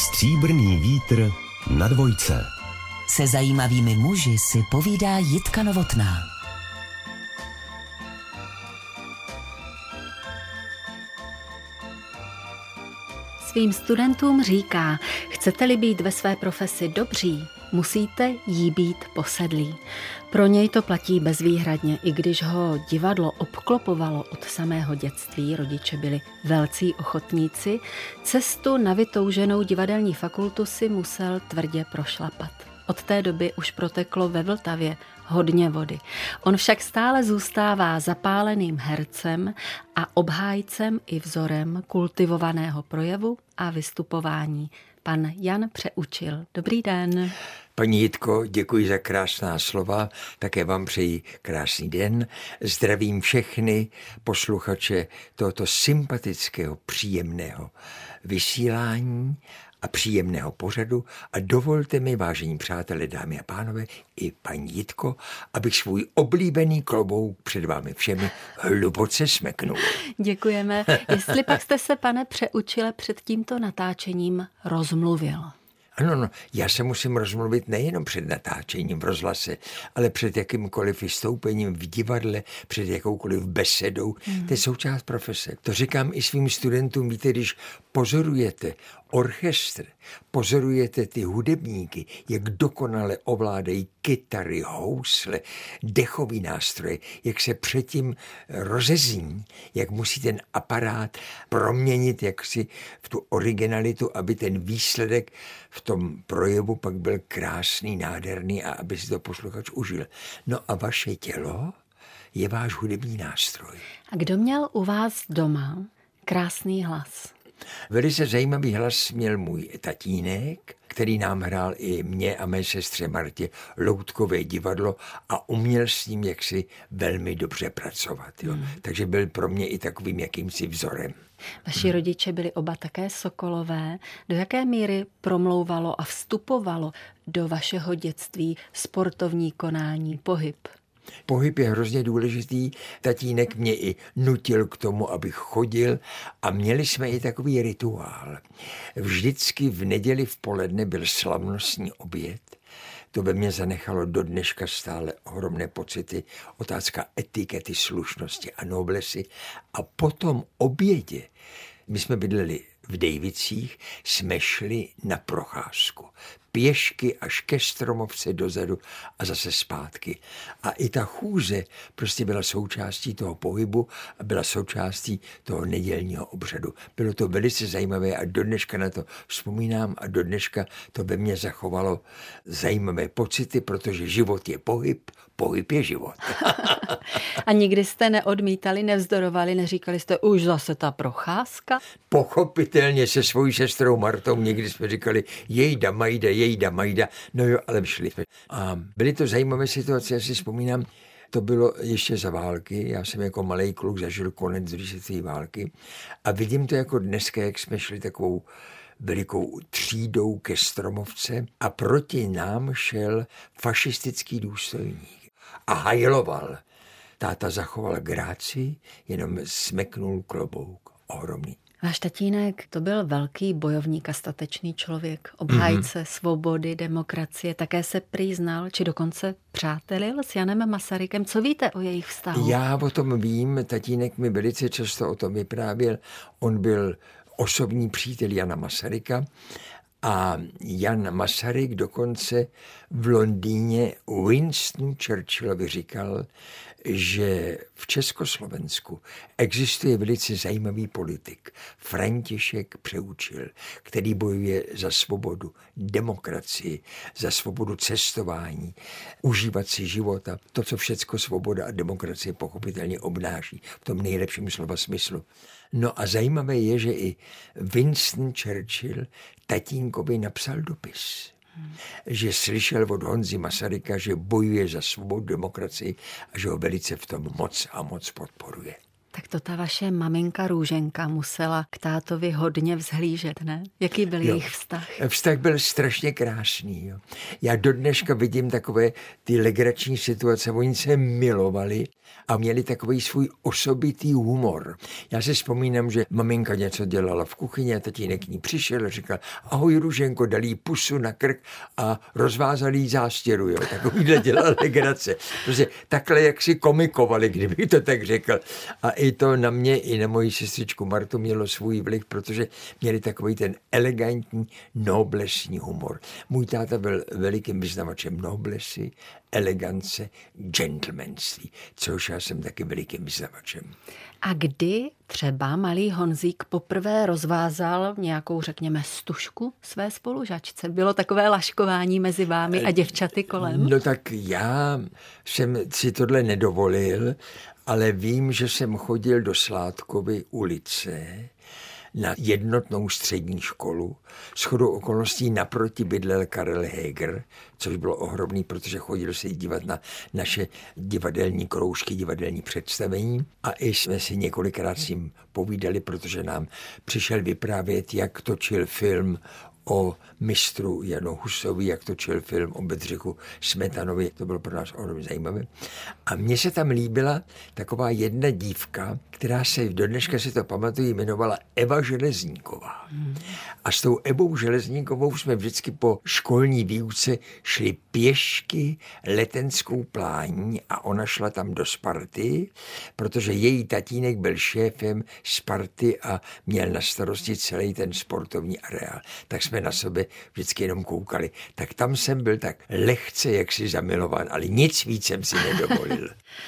Stříbrný vítr na dvojce. Se zajímavými muži si povídá Jitka Novotná. Svým studentům říká, chcete-li být ve své profesi dobří, musíte jí být posedlí. Pro něj to platí bezvýhradně, i když ho divadlo obklopovalo od samého dětství, rodiče byli velcí ochotníci, cestu na vytouženou divadelní fakultu si musel tvrdě prošlapat. Od té doby už proteklo ve Vltavě hodně vody. On však stále zůstává zapáleným hercem a obhájcem i vzorem kultivovaného projevu a vystupování. Pan Jan Přeučil. Dobrý den. Paní Jitko, děkuji za krásná slova, také vám přeji krásný den. Zdravím všechny posluchače tohoto sympatického, příjemného vysílání a příjemného pořadu a dovolte mi, vážení přátelé, dámy a pánové, i paní Jitko, abych svůj oblíbený klobouk před vámi všemi hluboce smeknul. Děkujeme. Jestli pak jste se, pane Přeučile, před tímto natáčením rozmluvil? Ano, já se musím rozmluvit nejenom před natáčením v rozhlase, ale před jakýmkoliv vystoupením v divadle, před jakoukoliv besedou. To je součást profese. To říkám i svým studentům, víte, když pozorujete orchestr, pozorujete ty hudebníky, jak dokonale ovládají kytary, housle, dechový nástroje, jak se předtím rozezní, jak musí ten aparát proměnit jaksi v tu originalitu, aby ten výsledek v tom projevu pak byl krásný, nádherný a aby si to posluchač užil. No a vaše tělo je váš hudební nástroj. A kdo měl u vás doma krásný hlas? Velice zajímavý hlas měl můj tatínek, který nám hrál i mě a mé sestře Martě loutkové divadlo a uměl s ním jaksi velmi dobře pracovat. Jo. Takže byl pro mě i takovým jakýmsi vzorem. Vaši rodiče byli oba také sokolové. Do jaké míry promlouvalo a vstupovalo do vašeho dětství sportovní konání, pohyb? Pohyb je hrozně důležitý. Tatínek mě i nutil k tomu, abych chodil a měli jsme i takový rituál. Vždycky v neděli v poledne byl slavnostní oběd. To ve mně zanechalo do dneška stále ohromné pocity. Otázka etikety, slušnosti a noblesy. A po tom obědě, my jsme bydleli v Dejvicích, jsme šli na procházku. Pěšky až ke Stromovce dozadu a zase zpátky. A i ta chůze prostě byla součástí toho pohybu a byla součástí toho nedělního obřadu. Bylo to velice zajímavé a do dneška na to vzpomínám a do dneška to ve mně zachovalo zajímavé pocity, protože život je pohyb, pohyb je život. A nikdy jste neodmítali, nevzdorovali, neříkali jste už zase ta procházka? Pochopitelně se svojí sestrou Martou někdy jsme říkali jejda majda, no jo, ale šli jsme. A byly to zajímavé situace, já si vzpomínám, to bylo ještě za války, já jsem jako malej kluk zažil konec druhé světové války a vidím to jako dneska, jak jsme šli takovou velikou třídou ke Stromovce a proti nám šel fašistický důstojník a hajloval. Táta zachoval gráci, jenom smeknul klobouk. Ohromný. Váš tatínek to byl velký bojovník a statečný člověk, obhájce svobody, demokracie, také se prý znal, či dokonce přátelil s Janem Masarykem. Co víte o jejich vztahu? Já o tom vím, tatínek mi velice často o tom vyprávěl. On byl osobní přítel Jana Masaryka a Jan Masaryk dokonce v Londýně Winstonu Churchillovi říkal, že v Československu existuje velice zajímavý politik, František Přeučil, který bojuje za svobodu, demokracii, za svobodu cestování, užívat si života, to, co všecko svoboda a demokracie pochopitelně obnáší v tom nejlepším slova smyslu. No a zajímavé je, že i Winston Churchill tatínkovi napsal dopis. Že slyšel od Honzy Masaryka, že bojuje za svobodu, demokracii a že ho velice v tom moc a moc podporuje. Tak to ta vaše maminka Růženka musela k tátovi hodně vzhlížet, ne? Jaký byl jejich vztah? Vztah byl strašně krásný. Jo. Já do dneška vidím takové ty legrační situace. Oni se milovali a měli takový svůj osobitý humor. Já si vzpomínám, že maminka něco dělala v kuchyni a tatínek k ní přišel a říkal: ahoj Růženko, dal jí pusu na krk a rozvázal jí zástěru. Jo. Takovýhle dělal legrace. Protože takhle jak si komikovali, kdybych to tak řekl. A i to na mě, i na moji sestřičku Martu mělo svůj vliv, protože měli takový ten elegantní, noblesní humor. Můj táta byl velikým vyznavačem noblesy, elegance, gentlemanství, což já jsem taky velikým vyznavačem. A kdy třeba malý Honzík poprvé rozvázal nějakou, řekněme, stužku své spolužačce? Bylo takové laškování mezi vámi a děvčaty kolem? No tak já jsem si tohle nedovolil, ale vím, že jsem chodil do Sládkovy ulice na jednotnou střední školu. Shodou okolností naproti bydlel Karel Heger, což bylo ohromný, protože chodil se dívat na naše divadelní kroužky, divadelní představení. A i jsme si několikrát s ním povídali, protože nám přišel vyprávět, jak točil film o mistru Janu Husovi, jak točil film o Bedřichu Smetanovi, to bylo pro nás ohromně zajímavé. A mně se tam líbila taková jedna dívka, která se, do dneška si to pamatuju, jmenovala Eva Železníková. A s tou Evou Železníkovou jsme vždycky po školní výuce šli pěšky Letenskou plání a ona šla tam do Sparty, protože její tatínek byl šéfem Sparty a měl na starosti celý ten sportovní areál. Tak jsme na sebe vždycky jenom koukali. Tak tam jsem byl tak lehce jaksi zamilován, ale nic víc jsem si nedovolil.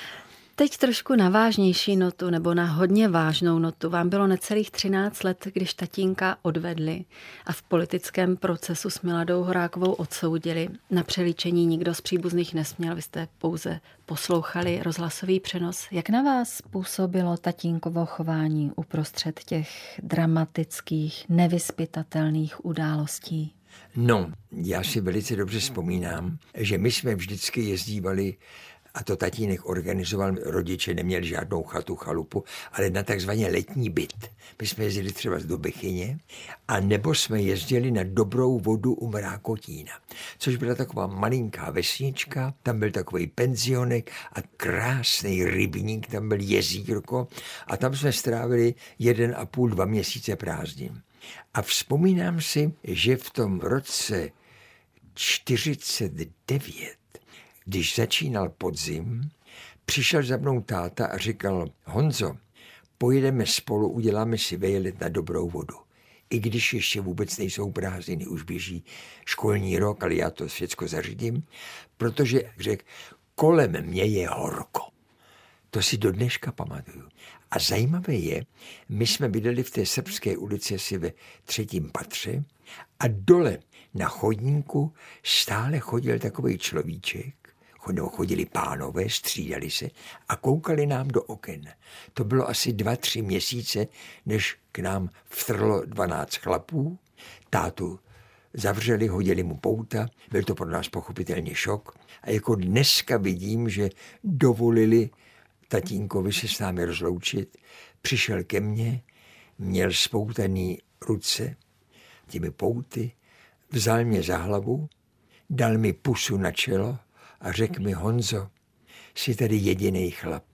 Teď trošku na vážnější notu, nebo na hodně vážnou notu. Vám bylo necelých 13 let, když tatínka odvedli a v politickém procesu s Miladou Horákovou odsoudili. Na přelíčení nikdo z příbuzných nesměl, vy jste pouze poslouchali rozhlasový přenos. Jak na vás působilo tatínkovo chování uprostřed těch dramatických, nevyzpytatelných událostí? No, já si velice dobře vzpomínám, že my jsme vždycky jezdívali, a to tatínek organizoval, rodiče neměli žádnou chatu, chalupu, ale na takzvaně letní byt. My jsme jezdili třeba do Bechyně, a nebo jsme jezdili na Dobrou vodu u Mrákotína, což byla taková malinká vesnička, tam byl takový penzionek a krásný rybník, tam byl jezírko a tam jsme strávili 1,5–2 měsíce prázdnin. A vzpomínám si, že v tom roce 49, když začínal podzim, přišel za mnou táta a říkal: Honzo, pojedeme spolu, uděláme si vejlet na Dobrou vodu. I když ještě vůbec nejsou prázdniny, už běží školní rok, ale já to všecko zařídím, protože řekl, kolem mě je horko. To si do dneška pamatuju. A zajímavé je, my jsme bydleli v té Srbské ulici asi ve 3. patře a dole na chodníku stále chodil takovej človíček, chodili pánové, střídali se a koukali nám do oken. To bylo asi 2–3 měsíce, než k nám vtrlo 12 chlapů. Tátu zavřeli, hodili mu pouta, byl to pro nás pochopitelně šok. A jako dneska vidím, že dovolili tatínkovi se s námi rozloučit, přišel ke mně, měl spoutaný ruce těmi pouty, vzal mě za hlavu, dal mi pusu na čelo a řekl mi: Honzo, jsi tady jedinej chlap,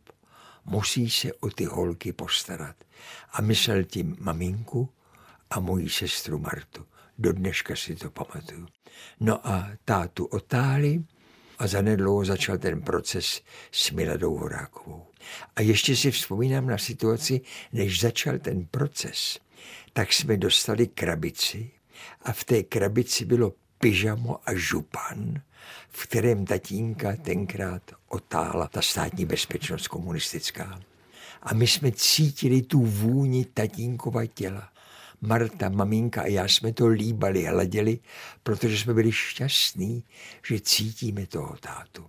musíš se o ty holky postarat. A myslel tím maminku a moji sestru Martu. Do dneška si to pamatuju. No a tátu otáhli a zanedlouho začal ten proces s Miladou Horákovou. A ještě si vzpomínám na situaci, než začal ten proces, tak jsme dostali krabici a v té krabici bylo pyžamo a župan, v kterém tatínka tenkrát otála ta státní bezpečnost komunistická. A my jsme cítili tu vůni tatínkova těla. Marta, maminka a já jsme to líbali, hleděli, protože jsme byli šťastní, že cítíme toho tátu.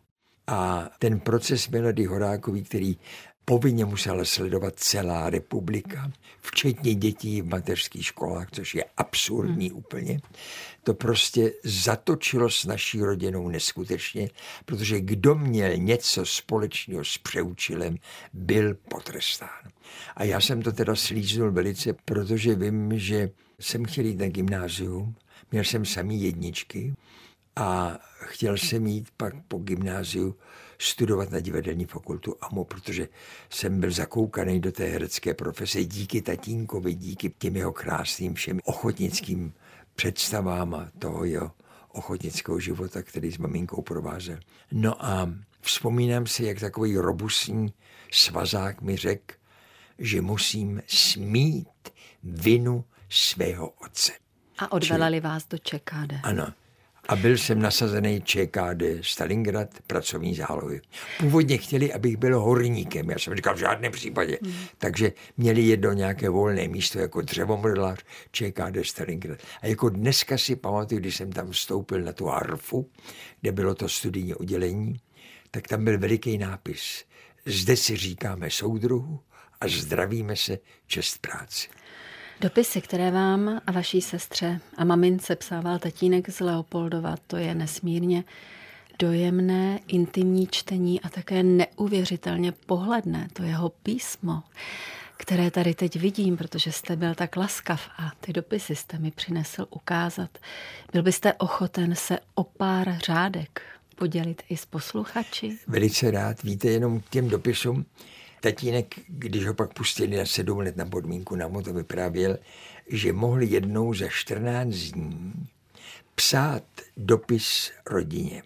A ten proces Milady Horákový, který povinně musela sledovat celá republika, včetně dětí v mateřských školách, což je absurdní úplně. To prostě zatočilo s naší rodinou neskutečně, protože kdo měl něco společného s Přeučilem, byl potrestán. A já jsem to teda slíznul velice, protože vím, že jsem chtěl jít na gymnázium, měl jsem samý jedničky a chtěl jsem jít pak po gymnáziu studovat na divadelní fakultu AMO, protože jsem byl zakoukaný do té herecké profese díky tatínkovi, díky těm jeho krásným všem ochotnickým představám a toho jeho ochotnického života, který s maminkou provázel. No a vzpomínám si, jak takový robustní svazák mi řekl, že musím smít vinu svého otce. A odvelali vás do ČKD. Ano. A byl jsem nasazený ČKD Stalingrad, pracovní zálohy. Původně chtěli, abych byl horníkem. Já jsem říkal, v žádném případě. Takže měli jedno nějaké volné místo jako dřevomodelář ČKD Stalingrad. A jako dneska si pamatuju, když jsem tam vstoupil na tu harfu, kde bylo to studijní oddělení, tak tam byl veliký nápis. Zde si říkáme soudruhu a zdravíme se, čest práci. Dopisy, které vám a vaší sestře a mamince psával tatínek z Leopoldova, to je nesmírně dojemné, intimní čtení a také neuvěřitelně pohledné. To jeho písmo, které tady teď vidím, protože jste byl tak laskav a ty dopisy jste mi přinesl ukázat. Byl byste ochoten se o pár řádek podělit i s posluchači? Velice rád. Víte, jenom k těm dopisům. Tatínek, když ho pak pustili na 7 let na podmínku, nám to vyprávěl, že mohli jednou za 14 dní psát dopis rodině.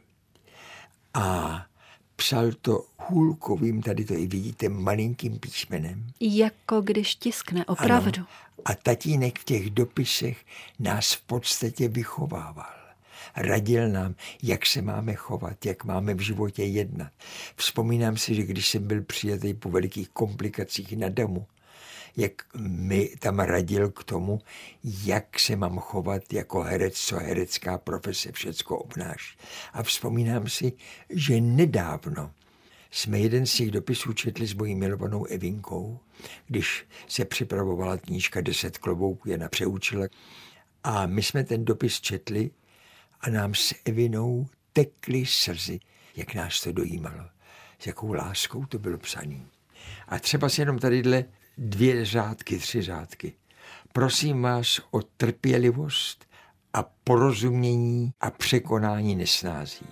A psal to hůlkovým, tady to i vidíte, malinkým písmenem. Jako když tiskne, opravdu. Ano. A tatínek v těch dopisech nás v podstatě vychovával. Radil nám, jak se máme chovat, jak máme v životě jednat. Vzpomínám si, že když jsem byl přijatý po velikých komplikacích na domu, jak mi tam radil k tomu, jak se mám chovat jako herec, co herecká profese všecko obnáší. A vzpomínám si, že nedávno jsme jeden z těch dopisů četli s mojí milovanou Evinkou, když se připravovala knížka 10 klobouků, Jana Přeučila. A my jsme ten dopis četli a nám s Evinou tekly slzy, jak nás to dojímalo. S jakou láskou to bylo psané. A třeba si jenom tadyhle 2 řádky, 3 řádky. Prosím vás o trpělivost a porozumění a překonání nesnází.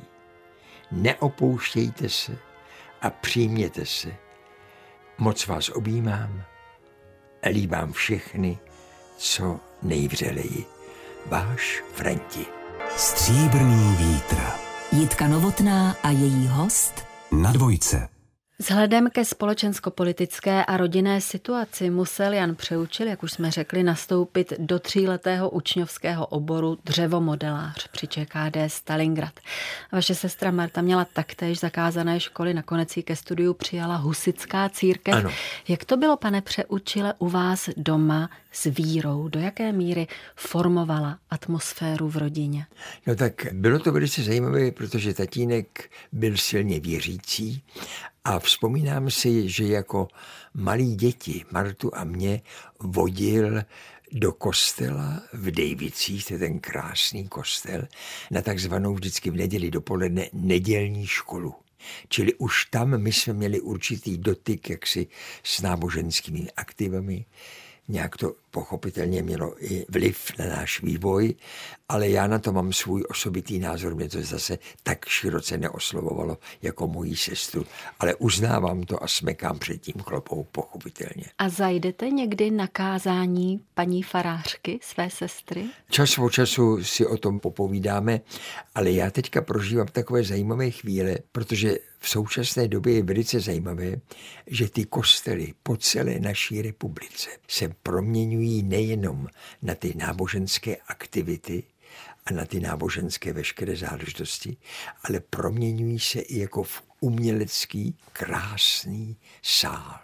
Neopouštějte se a přijměte se. Moc vás objímám a líbám všechny, co nejvřeleji. Váš Franti. Stříbrný vítr. Jitka Novotná a její host Na dvojce. Vzhledem ke společensko-politické a rodinné situaci musel Jan Přeučil, jak už jsme řekli, nastoupit do 3letého učňovského oboru dřevomodelář při ČKD Stalingrad. Vaše sestra Marta měla taktéž zakázané školy, nakonec ji ke studiu přijala husitská církev. Ano. Jak to bylo, pane Přeučile, u vás doma s vírou? Do jaké míry formovala atmosféru v rodině? No tak bylo to velice zajímavé, protože tatínek byl silně věřící a vzpomínám si, že jako malí děti Martu a mě vodil do kostela v Dejvicích, to je ten krásný kostel, na takzvanou vždycky v neděli dopoledne nedělní školu. Čili už tam my jsme měli určitý dotyk jaksi s náboženskými aktivami. Nějak to pochopitelně mělo i vliv na náš vývoj, ale já na to mám svůj osobitý názor, mě to zase tak široce neoslovovalo jako moji sestru, ale uznávám to a smekám před tím klopou, pochopitelně. A zajdete někdy na kázání paní farářky, své sestry? Čas od času si o tom popovídáme, ale já teďka prožívám takové zajímavé chvíle, protože v současné době je velice zajímavé, že ty kostely po celé naší republice se proměňují nejenom na ty náboženské aktivity a na ty náboženské veškeré záležitosti, ale proměňují se i jako v umělecký krásný sál.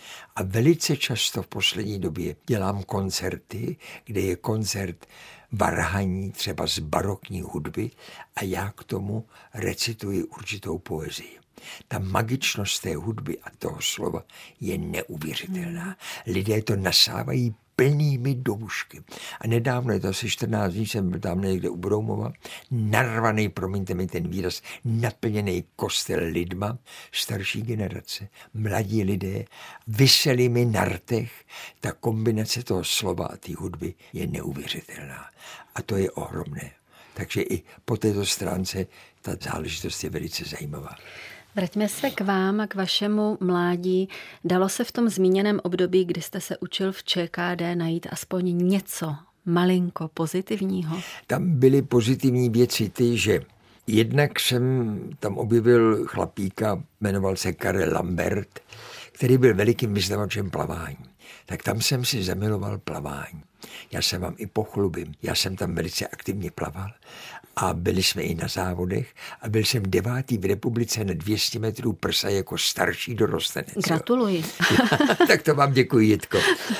A velice často v poslední době dělám koncerty, kde je koncert varhaní třeba z barokní hudby a já k tomu recituji určitou poezii. Ta magičnost té hudby a toho slova je neuvěřitelná. Lidé to nasávají plnými doušky. A nedávno, je to asi 14 dní, jsem byl tam někde u Broumova, narvaný, promiňte mi ten výraz, naplněný kostel lidma, starší generace, mladí lidé, viseli mi na rtech, ta kombinace toho slova a té hudby je neuvěřitelná. A to je ohromné. Takže i po této stránce ta záležitost je velice zajímavá. Vraťme se k vám a k vašemu mládí. Dalo se v tom zmíněném období, kdy jste se učil v ČKD, najít aspoň něco malinko pozitivního? Tam byly pozitivní věci ty, že jednak jsem tam objevil chlapíka, jmenoval se Karel Lambert, který byl velikým vyznavačem plavání. Tak tam jsem si zamiloval plavání. Já se vám i pochlubím. Já jsem tam velice aktivně plaval a byli jsme i na závodech a byl jsem 9. v republice na 200 metrů prsa jako starší dorostenec. Gratuluji. Tak to vám děkuji, Jitko.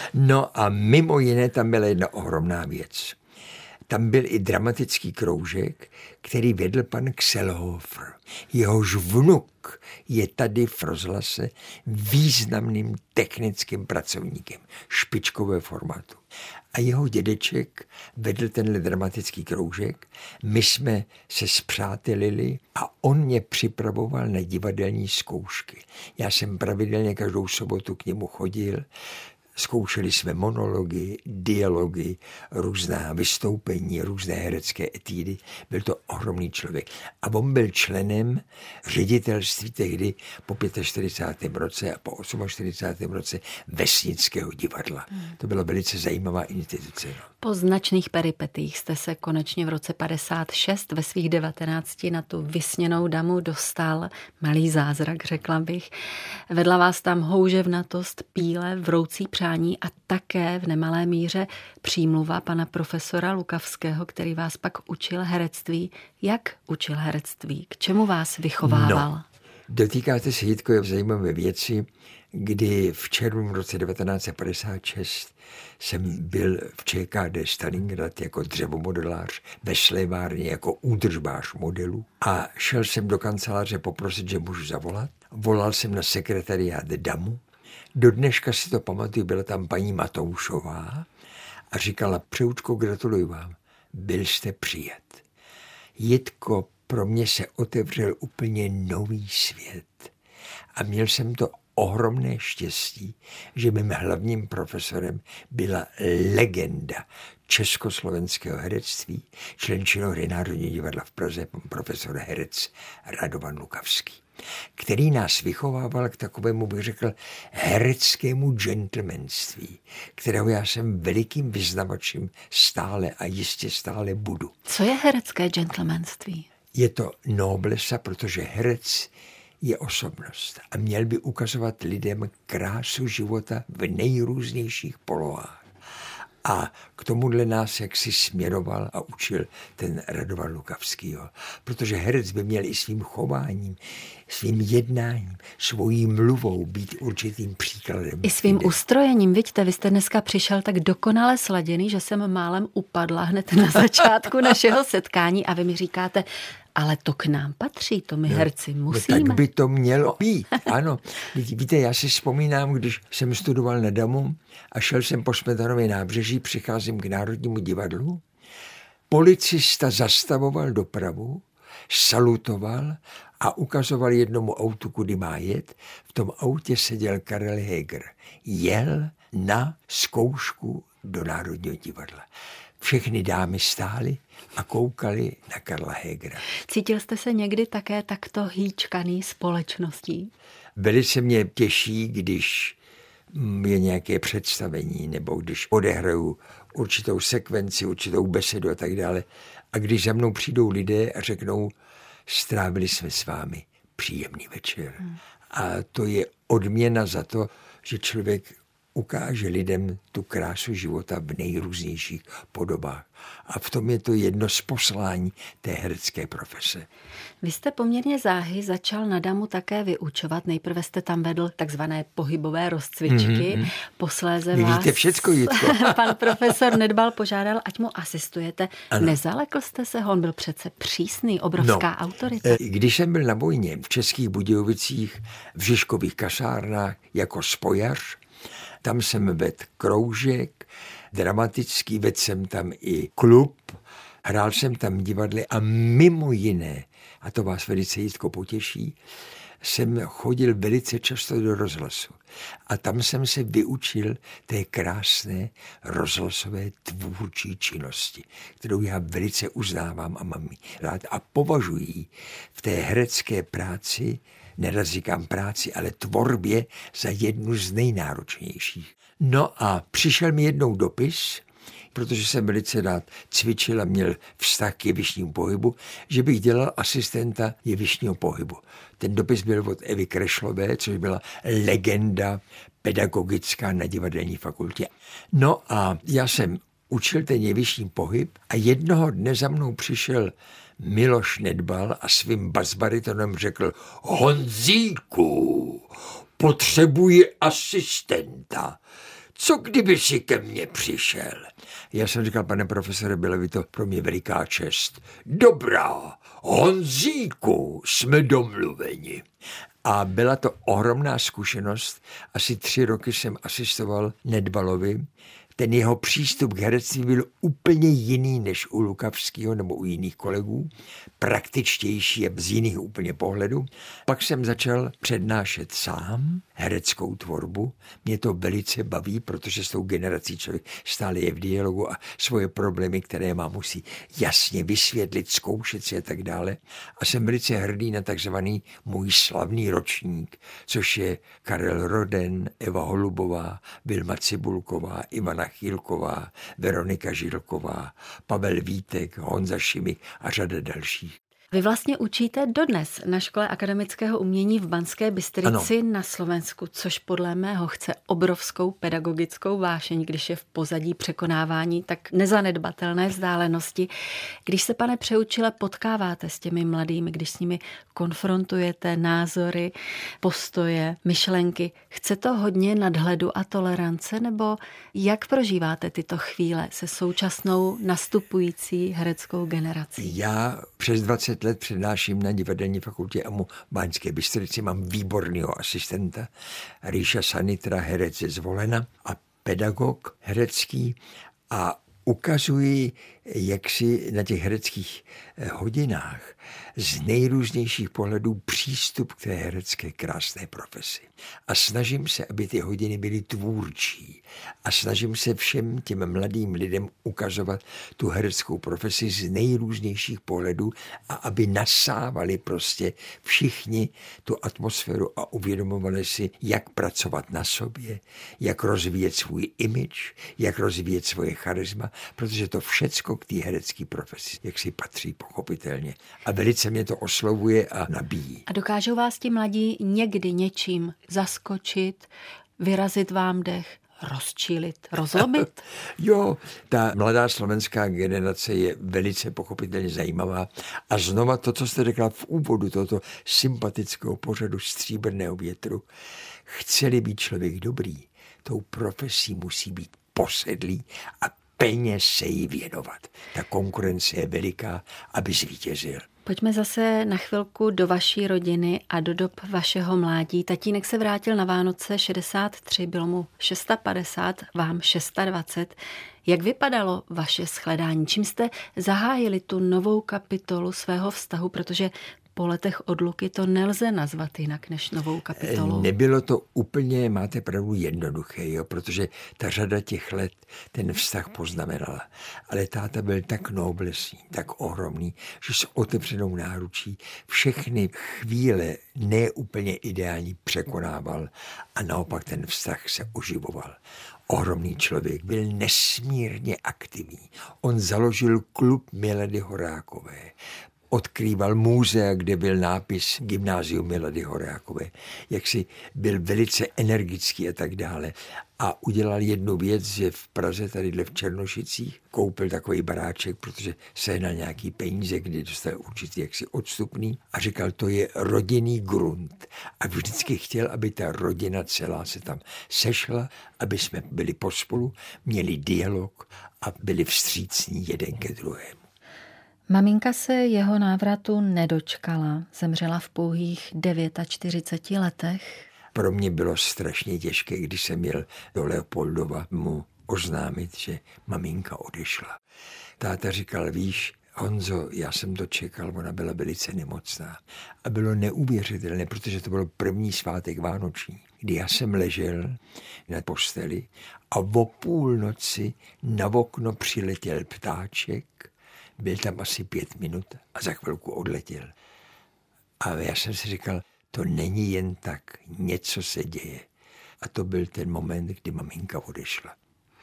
No a mimo jiné tam byla jedna ohromná věc. Tam byl i dramatický kroužek, který vedl pan Kselhofer. Jehož vnuk je tady v rozhlase významným technickým pracovníkem špičkového formátu. A jeho dědeček vedl tenhle dramatický kroužek. My jsme se spřátelili a on mě připravoval na divadelní zkoušky. Já jsem pravidelně každou sobotu k němu chodil. Zkoušeli jsme monology, dialogy, různá vystoupení, různé herecké etídy. Byl to ohromný člověk. A on byl členem ředitelství tehdy po 45. roce a po 48. roce Vesnického divadla. To byla velice zajímavá instituce. No. Po značných peripetích jste se konečně v roce 56 ve svých 19 na tu vysněnou damu dostal. Malý zázrak, řekla bych. Vedla vás tam houževnatost, píle, vroucí přání a také v nemalé míře přímluva pana profesora Lukavského, který vás pak učil herectví. Jak učil herectví? K čemu vás vychovával? No, dotýkáte se, Jitko, zajímavé věci, kdy v červnu v roce 1956 jsem byl v ČKD Stalingrad jako dřevomodelář, ve slévárně jako údržbář modelů a šel jsem do kanceláře poprosit, že můžu zavolat. Volal jsem na sekretariát damu. Do dneška si to pamatuju, byla tam paní Matoušová a říkala: Přeučko, gratuluji vám, byl jste přijat. Jitko, pro mě se otevřel úplně nový svět a měl jsem to ohromné štěstí, že mým hlavním profesorem byla legenda československého herectví, člen činohry Národního divadla v Praze, profesor herec Radovan Lukavský, který nás vychovával k takovému, bych řekl, hereckému gentlemanství, kterého já jsem velikým vyznavačem stále a jistě stále budu. Co je herecké gentlemanství? Je to noblesa, protože herec je osobnost a měl by ukazovat lidem krásu života v nejrůznějších polohách. A k tomuhle nás jaksi směroval a učil ten Radovan Lukavský. Protože herec by měl i svým chováním, svým jednáním, svojí mluvou být určitým příkladem. I svým ustrojením, vidíte, vy jste dneska přišel tak dokonale sladěný, že jsem málem upadla hned na začátku našeho setkání a vy mi říkáte: ale to k nám patří, to my herci musíme. No, tak by to mělo být, ano. Víte, já si vzpomínám, když jsem studoval na Damu a šel jsem po Smetanově nábřeží, přicházím k Národnímu divadlu, policista zastavoval dopravu, salutoval a ukazoval jednomu autu, kudy má jet. V tom autě seděl Karel Heger. Jel na zkoušku do Národního divadla. Všechny dámy stály a koukali na Karla Hegera. Cítil jste se někdy také takto hýčkaný společností? Velice mě těší, když je nějaké představení nebo když odehraju určitou sekvenci, určitou besedu a tak dále. A když za mnou přijdou lidé a řeknou: strávili jsme s vámi příjemný večer. A to je odměna za to, že člověk ukáže lidem tu krásu života v nejrůznějších podobách. A v tom je to jedno z poslání té herecké profese. Vy jste poměrně záhy začal na Damu také vyučovat. Nejprve jste tam vedl takzvané pohybové rozcvičky. Posléze Vy vás víte všecko, Jitko. pan profesor Nedbal požádal, ať mu asistujete. Ano. Nezalekl jste se ho? On byl přece přísný, obrovská autorita. Když jsem byl na vojně v Českých Budějovicích, v Žižkových kasárnách jako spojař, Tam jsem vedl kroužek, dramatický, vedl jsem tam i klub, hrál jsem tam v divadle a mimo jiné, a to vás velice, Jitko, potěší, jsem chodil velice často do rozhlasu. A tam jsem se vyučil té krásné rozhlasové tvůrčí činnosti, kterou já velice uznávám a mám rád a považuji v té herecké práci, nerad říkám práci, ale tvorbě za jednu z nejnáročnějších. No a přišel mi jednou dopis, protože jsem velice rád cvičil a měl vztah k jevištnímu pohybu, že bych dělal asistenta jevištního pohybu. Ten dopis byl od Evy Krešlové, což byla legenda pedagogická na divadelní fakultě. No a já jsem učil ten jevištní pohyb a jednoho dne za mnou přišel Miloš Nedbal a svým basbaritonem řekl: Honzíku, potřebuji asistenta. Co kdyby si ke mně přišel? Já jsem říkal: pane profesore, byla by to pro mě veliká čest. Dobrá, Honzíku, jsme domluveni. A byla to ohromná zkušenost. Asi 3 roky jsem asistoval Nedbalovi. Ten jeho přístup k herectví byl úplně jiný než u Lukavského nebo u jiných kolegů, praktičtější a z jiných úplně pohledů. Pak jsem začal přednášet sám hereckou tvorbu. Mě to velice baví, protože s tou generací člověk stále je v dialogu a svoje problémy, které má, musí jasně vysvětlit, zkoušet si a tak dále. A jsem velice hrdý na takzvaný můj slavný ročník, což je Karel Roden, Eva Holubová, Vilma Cibulková, Ivana Chýlková, Veronika Žilková, Pavel Vítek, Honza Šimik a řada dalších. Vy vlastně učíte dodnes na Škole akademického umění v Banské Bystrici na Slovensku, což podle mého chce obrovskou pedagogickou vášeň, když je v pozadí překonávání tak nezanedbatelné vzdálenosti. Když se, pane přeučile, potkáváte s těmi mladými, když s nimi konfrontujete názory, postoje, myšlenky, chce to hodně nadhledu a tolerance, nebo jak prožíváte tyto chvíle se současnou nastupující hereckou generací? Já přes 20 let přednáším na divadelní fakultě AMU Banské Bystrici, mám výborného asistenta, Ríša Sanitra, herec ze Zvolena a pedagog herecký a ukazuji, jak si na těch hereckých hodinách z nejrůznějších pohledů přístup k té herecké krásné profesi. A snažím se, aby ty hodiny byly tvůrčí. A snažím se všem těm mladým lidem ukazovat tu hereckou profesi z nejrůznějších pohledů a aby nasávali prostě všichni tu atmosféru a uvědomovali si, jak pracovat na sobě, jak rozvíjet svůj image, jak rozvíjet svoje charisma, protože to všecko k té herecké profesi, jak si patří pochopitelně. A velice mě to oslovuje a nabíjí. A dokážou vás ti mladí někdy něčím zaskočit, vyrazit vám dech, rozčílit, rozlobit? Jo, ta mladá slovenská generace je velice pochopitelně zajímavá. A znova to, co jste řekla v úvodu tohoto sympatického pořadu Stříbrného větru, chce-li být člověk dobrý, tou profesí musí být posedlý a plně se jí věnovat. Ta konkurence je veliká, aby zvítězil. Pojďme zase na chvilku do vaší rodiny a do dob vašeho mládí. Tatínek se vrátil na Vánoce 63, bylo mu 650, vám 620. Jak vypadalo vaše shledání? Čím jste zahájili tu novou kapitolu svého vztahu, protože po letech odluky to nelze nazvat jinak než novou kapitolou. Nebylo to úplně, máte pravdu, jednoduché, jo, protože ta řada těch let ten vztah poznamenala. Ale táta byl tak noblesní, tak ohromný, že s otevřenou náručí všechny chvíle neúplně ideální překonával a naopak ten vztah se oživoval. Ohromný člověk, byl nesmírně aktivní. On založil klub Milady Horákové. Odkrýval muzea, kde byl nápis Gymnázium Milady Horákové, jak si byl velice energický a tak dále. A udělal jednu věc, že v Praze, tadyhle v Černošicích, koupil takový baráček, protože sehnal nějaký peníze, kdy dostal určitý jaksi odstupný a říkal, to je rodinný grunt. A vždycky chtěl, aby ta rodina celá se tam sešla, aby jsme byli pospolu, měli dialog a byli vstřícní jeden ke druhému. Maminka se jeho návratu nedočkala, zemřela v pouhých 49 letech. Pro mě bylo strašně těžké, když jsem jel do Leopoldova mu oznámit, že maminka odešla. Táta říkal, víš, Honzo, já jsem to čekal, ona byla velice nemocná. A bylo neuvěřitelné, protože to byl první svátek vánoční, kdy já jsem ležel na posteli a o půlnoci na okno přiletěl ptáček, byl tam asi 5 minut a za chvilku odletěl. A já jsem si říkal, to není jen tak, něco se děje. A to byl ten moment, kdy maminka odešla.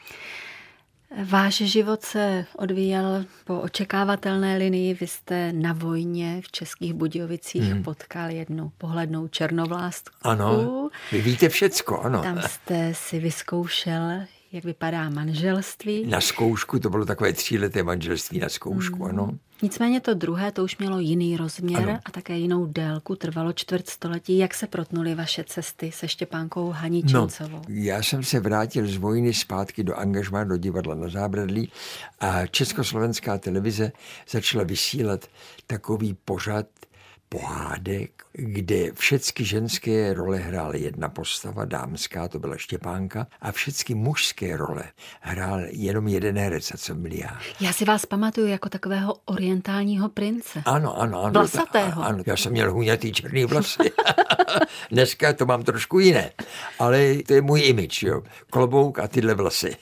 Váš život se odvíjel po očekávatelné linii. Vy jste na vojně v Českých Budějovicích potkal jednu pohlednou černovlásku. Ano, vy víte všecko, ano. Tam jste si vyzkoušel, jak vypadá manželství. Na zkoušku, to bylo takové 3leté manželství na zkoušku, ano. Nicméně to druhé, to už mělo jiný rozměr, ano, a také jinou délku, trvalo 400 let. Jak se protnuly vaše cesty se Štěpánkou Haničencovou? No, já jsem se vrátil z vojny zpátky do angažmá do divadla na Zábradlí a Československá televize začala vysílat takový pořad pohádek, kde všechny ženské role hrála jedna postava, dámská, to byla Štěpánka, a všechny mužské role hrál jenom jeden herec, a co byl já. Já si vás pamatuju jako takového orientálního prince. Ano. Vlasatého. Ano, já jsem měl huňatý černý vlasy. Dneska to mám trošku jiné, ale to je můj image, jo. Klobouk a tyhle vlasy.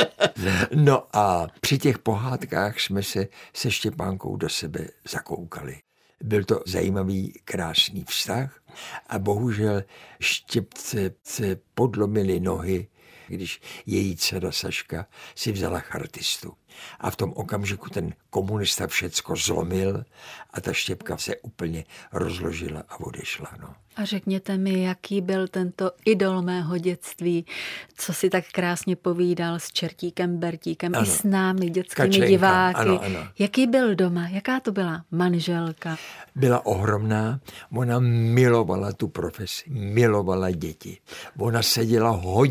No a při těch pohádkách jsme se Štěpánkou do sebe zakoukali. Byl to zajímavý, krásný vztah a bohužel Štěpce se podlomily nohy, když její dcera Saška si vzala chartistu. A v tom okamžiku ten komunista všecko zlomil a ta Štěpka se úplně rozložila a odešla. No. A řekněte mi, jaký byl tento idol mého dětství, co si tak krásně povídal s Čertíkem, Bertíkem, ano, i s námi, dětskými Kačenka, diváky. Ano. Jaký byl doma? Jaká to byla manželka? Byla ohromná, ona milovala tu profesi, milovala děti. Ona seděla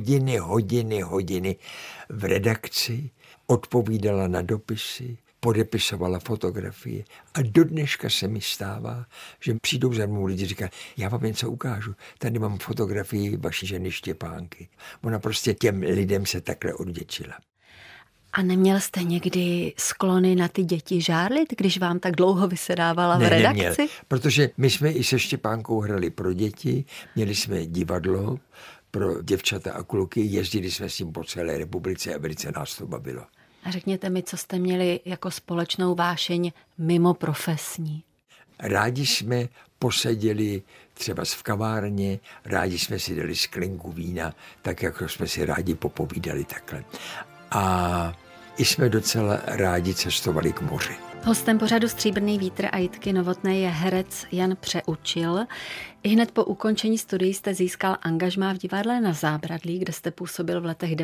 hodiny v redakci, odpovídala na dopisy, podepisovala fotografie a do dneška se mi stává, že přijdou za mnou lidi a říkají, já vám něco ukážu, tady mám fotografii vaší ženy Štěpánky. Ona prostě těm lidem se takhle odděčila. A neměl jste někdy sklony na ty děti žárlit, když vám tak dlouho vysedávala v redakci? Neměl, protože my jsme i se Štěpánkou hrali pro děti, měli jsme divadlo pro děvčata a kluky, jezdili jsme s tím po celé republice a velice nás to bavilo. A řekněte mi, co jste měli jako společnou vášeň mimo profesní? Rádi jsme poseděli třeba v kavárně, rádi jsme si dali sklinku vína, tak jako jsme si rádi popovídali takhle. A i jsme docela rádi cestovali k moři. Hostem pořadu Stříbrný vítr a Jitky Novotné je herec Jan Přeučil. I hned po ukončení studií jste získal angažmá v divadle na Zábradlí, kde jste působil v letech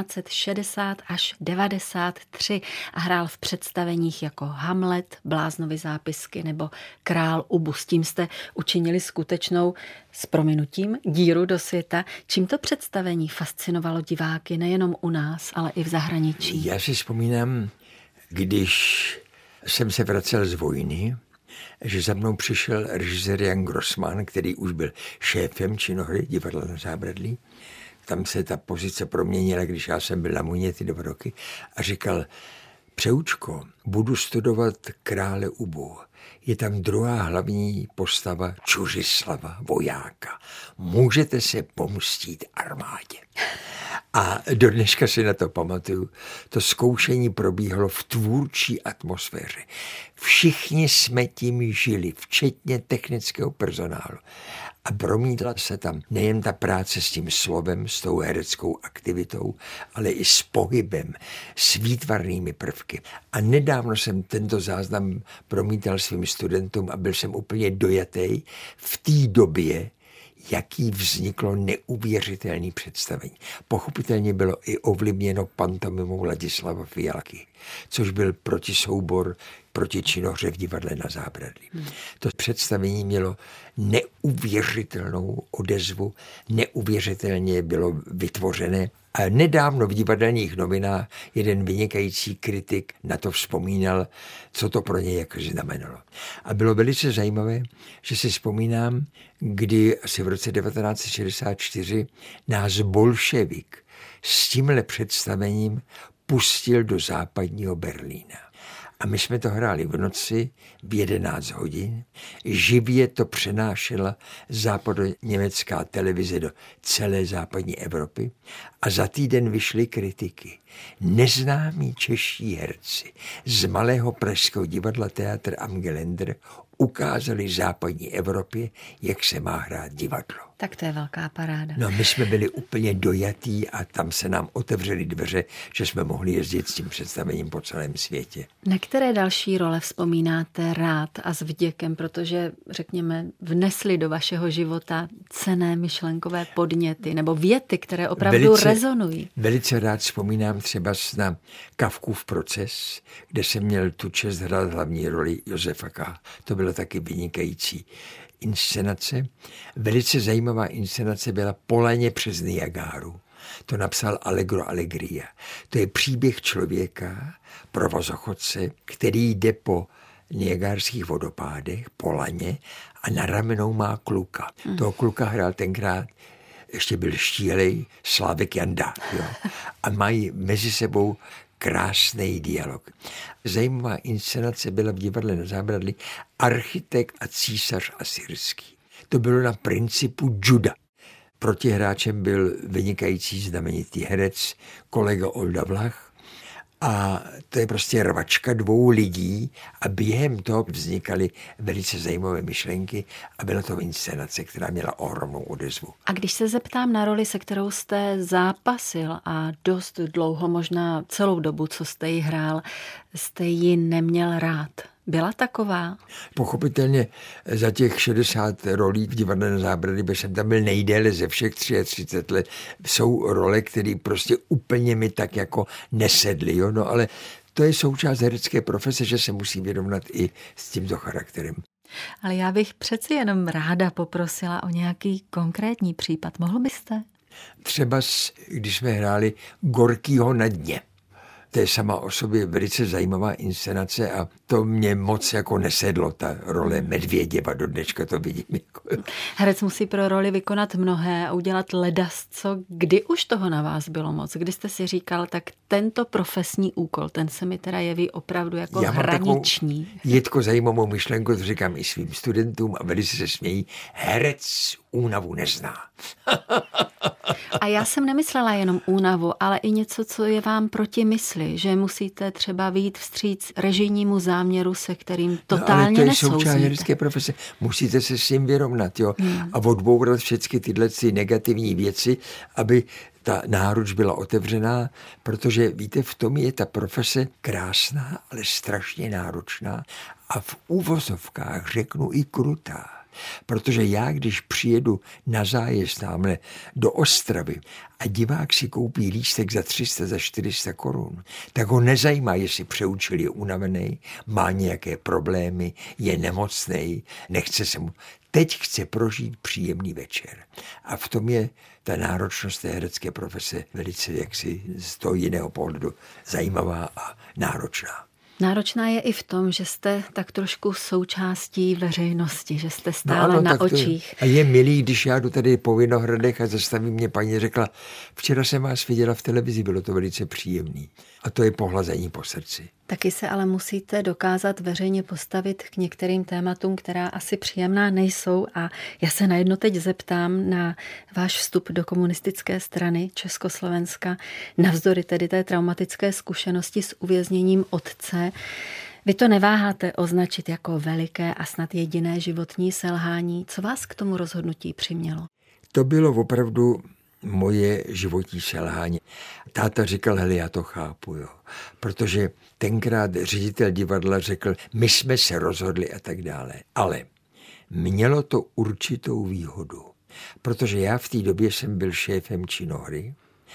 1960 až 1993 a hrál v představeních jako Hamlet, Bláznovy zápisky nebo Král Ubu. S tím jste učinili skutečnou, s prominutím, díru do světa. Čím to představení fascinovalo diváky nejenom u nás, ale i v zahraničí? Já si vzpomínám, když jsem se vracel z vojny, že za mnou přišel režisér Jan Grossman, který už byl šéfem činohry divadla na Zábradlí. Tam se ta pozice proměnila, když já jsem byl na vojně ty 2 roky a říkal, Přeučko, budu studovat Krále Ubu. Je tam druhá hlavní postava Čuřislava, vojáka. Můžete se pomstít armádě. A do dneška si na to pamatuju. To zkoušení probíhalo v tvůrčí atmosféře. Všichni jsme tím žili, včetně technického personálu. A promítla se tam nejen ta práce s tím slovem, s tou hereckou aktivitou, ale i s pohybem, s výtvarnými prvky. A nedávno jsem tento záznam promítal svým studentům a byl jsem úplně dojatý v té době, jaký vzniklo neuvěřitelné představení. Pochopitelně bylo i ovlivněno pantomimou Ladislava Fialky. což byl protisoubor proti činohře v divadle Na zábradlí. To představení mělo neuvěřitelnou odezvu, neuvěřitelně bylo vytvořené. A nedávno v Divadelních novinách jeden vynikající kritik na to vzpomínal, co to pro něj jako znamenalo. A bylo velice zajímavé, že si vzpomínám, kdy asi v roce 1964 nás bolševik s tímhle představením pustil do západního Berlína. A my jsme to hráli v noci v 11 hodin. Živě to přenášela západoněmecká televize do celé západní Evropy. A za týden vyšly kritiky. Neznámí čeští herci z malého pražského divadla Theater am Geländer ukázali západní Evropě, jak se má hrát divadlo. Tak to je velká paráda. No, my jsme byli úplně dojatí a tam se nám otevřely dveře, že jsme mohli jezdit s tím představením po celém světě. Na které další role vzpomínáte rád a s vděkem, protože, řekněme, vnesli do vašeho života cenné myšlenkové podněty nebo věty, které opravdu rezonují? Velice rád vzpomínám třeba na Kafkův proces, kde jsem měl tu čest hrát hlavní roli Josefa K. To bylo taky vynikající inscenace. Velice zajímavá inscenace byla Polaně přes Niagáru. To napsal Allegro Allegria. To je příběh člověka, provozochodce, který jde po Niagárských vodopádech, Polaně, a na ramenou má kluka. Toho kluka hrál tenkrát, ještě byl štílej, Slávek Janda. Jo? A mají mezi sebou krásný dialog. Zajímavá inscenace byla v divadle Na zábradlí Architekt a císař asyrský. To bylo na principu juda. Protihráčem byl vynikající znamenitý herec, kolega Olda Vlach. A to je prostě rvačka dvou lidí a během toho vznikaly velice zajímavé myšlenky a byla to inscenace, která měla ohromnou odezvu. A když se zeptám na roli, se kterou jste zápasil a dost dlouho, možná celou dobu, co jste ji hrál, jste ji neměl rád. Byla taková? Pochopitelně za těch 60 rolí v divadle Na zábradlí, protože jsem tam byl nejdéle ze všech 33 let, jsou role, které prostě úplně mi tak jako nesedly. Jo? No ale to je součást herecké profese, že se musí vyrovnat i s tímto charakterem. Ale já bych přeci jenom ráda poprosila o nějaký konkrétní případ. Mohl byste? Třeba když jsme hráli Gorkýho Na dně. To je sama o sobě velice zajímavá inscenace a to mě moc jako nesedlo, ta role Medvěděva, do dneška to vidím. Herec musí pro roli vykonat mnohé a udělat ledasco. Kdy už toho na vás bylo moc? Kdy jste si říkal, tak tento profesní úkol, ten se mi teda jeví opravdu jako hraniční. Jitko zajímavou myšlenku, to říkám i svým studentům a velice se smějí, herec únavu nezná. A já jsem nemyslela jenom únavu, ale i něco, co je vám proti mysli, že musíte třeba vyjít vstříc režijnímu záměru, se kterým totálně nesouzníte. Ale to je součást herecké profese. Musíte se s tím vyrovnat, jo. A odbourat všechny tyhle negativní věci, aby ta náruč byla otevřená, protože víte, v tom je ta profese krásná, ale strašně náročná a v úvozovkách řeknu i krutá. Protože já, když přijedu na zájezd tamhle do Ostravy a divák si koupí lístek za 300, za 400 korun, tak ho nezajímá, jestli přeučil, je unavený, má nějaké problémy, je nemocnej, nechce se mu. Teď chce prožít příjemný večer. A v tom je ta náročnost té herecké profese velice jaksi z toho jiného pohledu zajímavá a náročná. Náročná je i v tom, že jste tak trošku součástí veřejnosti, že jste stále na očích. A je milý, když já jdu tady po Vinohradech a zastaví mě paní, řekla, včera jsem vás viděla v televizi, bylo to velice příjemný. A to je pohlazení po srdci. Taky se ale musíte dokázat veřejně postavit k některým tématům, která asi příjemná nejsou. A já se najednou teď zeptám na váš vstup do komunistické strany Československa, navzdory tedy té traumatické zkušenosti s uvězněním otce. Vy to neváháte označit jako veliké a snad jediné životní selhání. Co vás k tomu rozhodnutí přimělo? To bylo opravdu moje životní selhání. Táta říkal, hele, já to chápu, jo. Protože tenkrát ředitel divadla řekl, my jsme se rozhodli a tak dále. Ale mělo to určitou výhodu, protože já v té době jsem byl šéfem činohry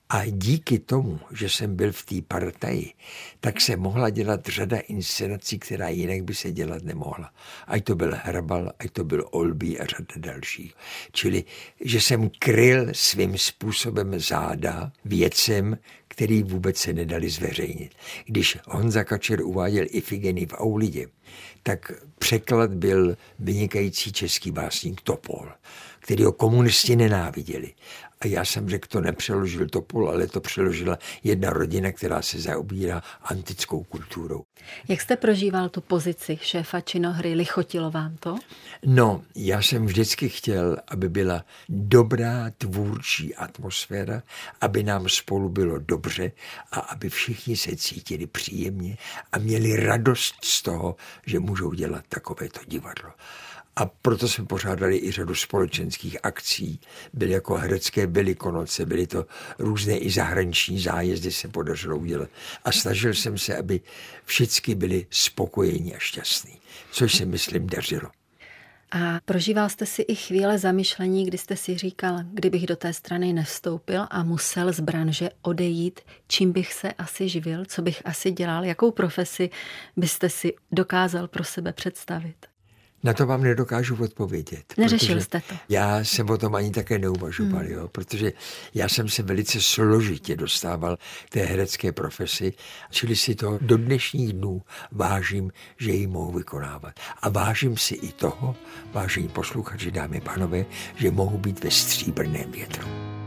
A díky tomu, že jsem byl v té partaji, tak se mohla dělat řada inscenací, která jinak by se dělat nemohla. Ať to byl Hrabal, ať to byl Olbý a řada dalších. Čili, že jsem kryl svým způsobem záda věcem, který vůbec se nedali zveřejnit. Když Honza Kačer uváděl Ifigenii v Aulidě, tak překlad byl vynikající český básník Topol, který ho komunisti nenáviděli. A já jsem řekl, to nepřeložil Topol, ale to přeložila jedna rodina, která se zaobírá antickou kulturou. Jak jste prožíval tu pozici šéfa činohry? Lichotilo vám to? No, já jsem vždycky chtěl, aby byla dobrá tvůrčí atmosféra, aby nám spolu bylo dobře a aby všichni se cítili příjemně a měli radost z toho, že můžou dělat takovéto divadlo. A proto jsme pořádali i řadu společenských akcí. Byly jako herecké velikonoce, byly to různé i zahraniční zájezdy se podařilo udělat. A snažil jsem se, aby všichni byli spokojení a šťastní, což se, myslím, dařilo. A prožíval jste si i chvíle zamyšlení, kdy jste si říkal, kdybych do té strany nevstoupil a musel z branže odejít, čím bych se asi živil, co bych asi dělal, jakou profesi byste si dokázal pro sebe představit? Na to vám nedokážu odpovědět. Neřešil jste to? Já jsem o tom ani také neuvažoval, protože já jsem se velice složitě dostával k té herecké profesi, čili si to do dnešních dnů vážím, že ji mohu vykonávat. A vážím si i toho, vážení posluchači, dámy a pánové, že mohu být ve stříbrném větru.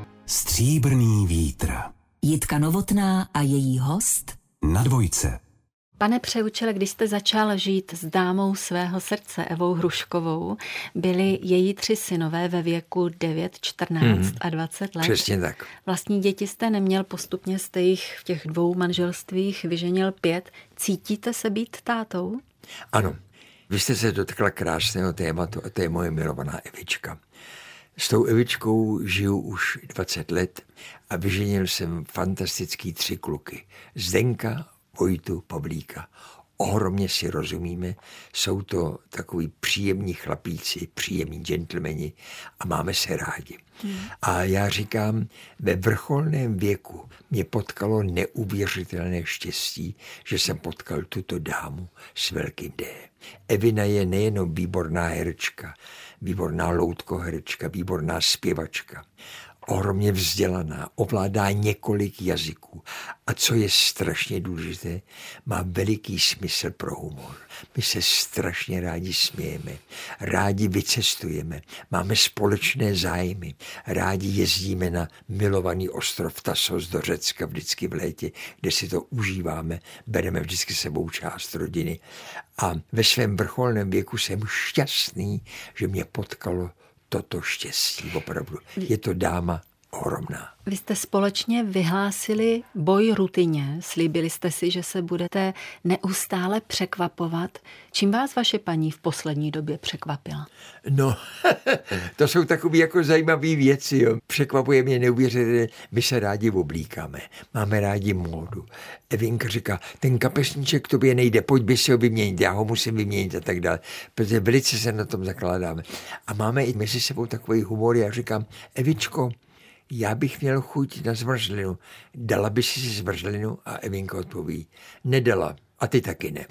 Stříbrný vítr. Jitka Novotná a její host Na dvojce. Pane Přeučele, když jste začal žít s dámou svého srdce, Evou Hruškovou, byli její 3 synové ve věku 9, 14 a 20 let. Přesně tak. Vlastní děti jste neměl, postupně jste jich v těch 2 manželstvích vyženil 5. Cítíte se být tátou? Ano. Vy jste se dotkla krásného tématu a to je moje milovaná Evička. S tou Evičkou žiju už 20 let a vyženil jsem fantastický 3 kluky. Zdenka, Vojtu, Pavlíka. Ohromně si rozumíme, jsou to takový příjemní chlapíci, příjemní gentlemani a máme se rádi. A já říkám, ve vrcholném věku mě potkalo neuvěřitelné štěstí, že jsem potkal tuto dámu s velkým D. Evina je nejenom výborná herečka, výborná loutkoherečka, výborná zpěvačka, ohromně vzdělaná, ovládá několik jazyků a co je strašně důležité, má veliký smysl pro humor. My se strašně rádi smějeme, rádi vycestujeme, máme společné zájmy, rádi jezdíme na milovaný ostrov Tasos do Řecka vždycky v létě, kde si to užíváme, bereme vždycky sebou část rodiny a ve svém vrcholném věku jsem šťastný, že mě potkalo toto štěstí, opravdu. Je to dáma ohromná. Vy jste společně vyhlásili boj rutině. Slíbili jste si, že se budete neustále překvapovat. Čím vás vaše paní v poslední době překvapila? No, to jsou takové jako zajímavé věci. Jo. Překvapuje mě neuvěřitelně. My se rádi oblíkáme. Máme rádi módu. Evinka říká, ten kapesníček tobě nejde, pojď by si ho vyměnit, já ho musím vyměnit a tak dále. Protože velice se na tom zakládáme. A máme i mezi sebou takový humor. Já říkám, Evičko, já bych měl chuť na zmrzlinu. Dala by si zmrzlinu? A Evinka odpoví, nedala. A ty taky ne.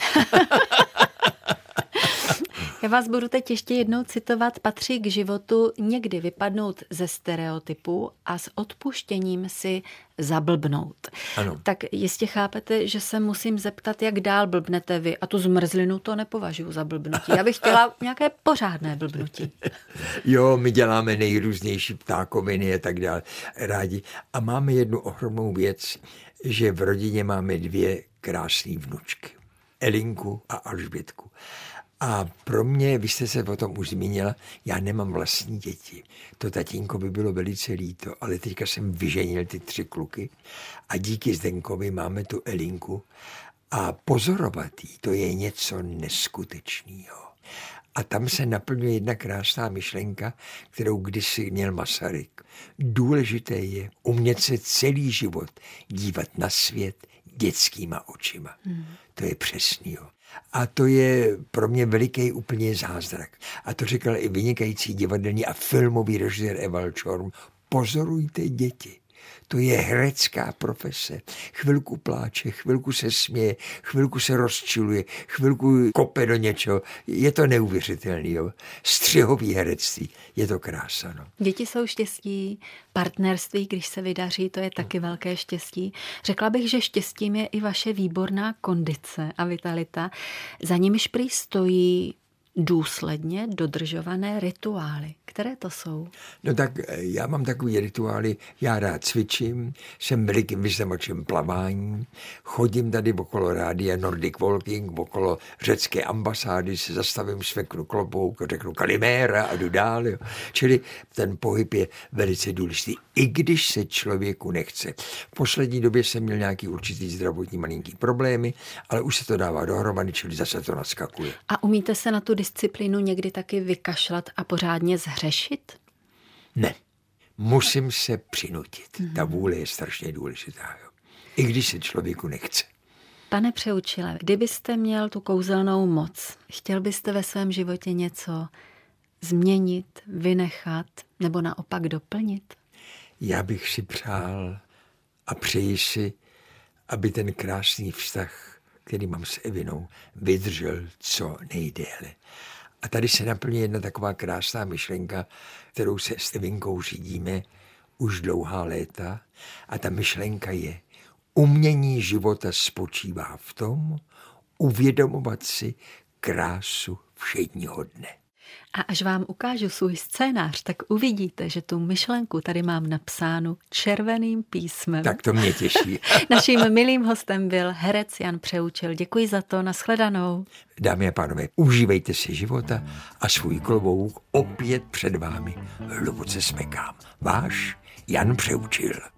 Já vás budu teď ještě jednou citovat. Patří k životu někdy vypadnout ze stereotypů a s odpuštěním si zablbnout. Ano. Tak jistě chápete, že se musím zeptat, jak dál blbnete vy. A tu zmrzlinu to nepovažuji za blbnutí. Já bych chtěla nějaké pořádné blbnutí. Jo, my děláme nejrůznější ptákoviny a tak dále. Rádi. A máme jednu ohromnou věc, že v rodině máme 2 krásné vnučky. Elinku a Alžbětku. A pro mě, vy jste se o tom už zmínila, já nemám vlastní děti. To tatínko by bylo velice líto, ale teďka jsem vyženil ty 3 kluky a díky Zdenkovi máme tu Elinku a pozorovat jí, to je něco neskutečného. A tam se naplňuje jedna krásná myšlenka, kterou kdysi měl Masaryk. Důležité je umět se celý život dívat na svět dětskýma očima. To je přesný. Jo. A to je pro mě veliký úplně zázrak. A to říkal i vynikající divadelní a filmový režisér Ewald Schorm. Pozorujte děti. To je herecká profese. Chvilku pláče, chvilku se směje, chvilku se rozčiluje, chvilku kope do něčeho. Je to neuvěřitelný. Jo. Střihový herectví. Je to krása. No. Děti jsou štěstí, partnerství, když se vydaří, to je taky velké štěstí. Řekla bych, že štěstím je i vaše výborná kondice a vitalita. Za nimiž prý stojí důsledně dodržované rituály. Které to jsou? No tak já mám takový rituály, já rád cvičím, jsem velikým vyznavačem plavání, chodím tady okolo rádia Nordic Walking, okolo řecké ambasády, se zastavím, smeknu klobouk, řeknu kaliméra a jdu dál. Jo. Čili ten pohyb je velice důležitý, i když se člověku nechce. V poslední době jsem měl nějaký určitý zdravotní malinký problémy, ale už se to dává dohromady, čili zase to naskakuje. A umíte se na tu disciplínu někdy taky vykašlat a pořádně zhřešit? Ne. Musím se přinutit. Ta vůle je strašně důležitá. Jo. I když se člověku nechce. Pane Přeučile, kdybyste měl tu kouzelnou moc, chtěl byste ve svém životě něco změnit, vynechat nebo naopak doplnit? Já bych si přál a přeji si, aby ten krásný vztah, který mám s Evinou, vydržel co nejdéle. A tady se naplní jedna taková krásná myšlenka, kterou se s Evinkou řídíme už dlouhá léta. A ta myšlenka je, umění života spočívá v tom, uvědomovat si krásu všedního dne. A až vám ukážu svůj scénář, tak uvidíte, že tu myšlenku tady mám napsánu červeným písmem. Tak to mě těší. Naším milým hostem byl herec Jan Přeučil. Děkuji za to, nashledanou. Dámy a pánové, užívejte si života a svůj klobouk opět před vámi hluboce smekám. Váš Jan Přeučil.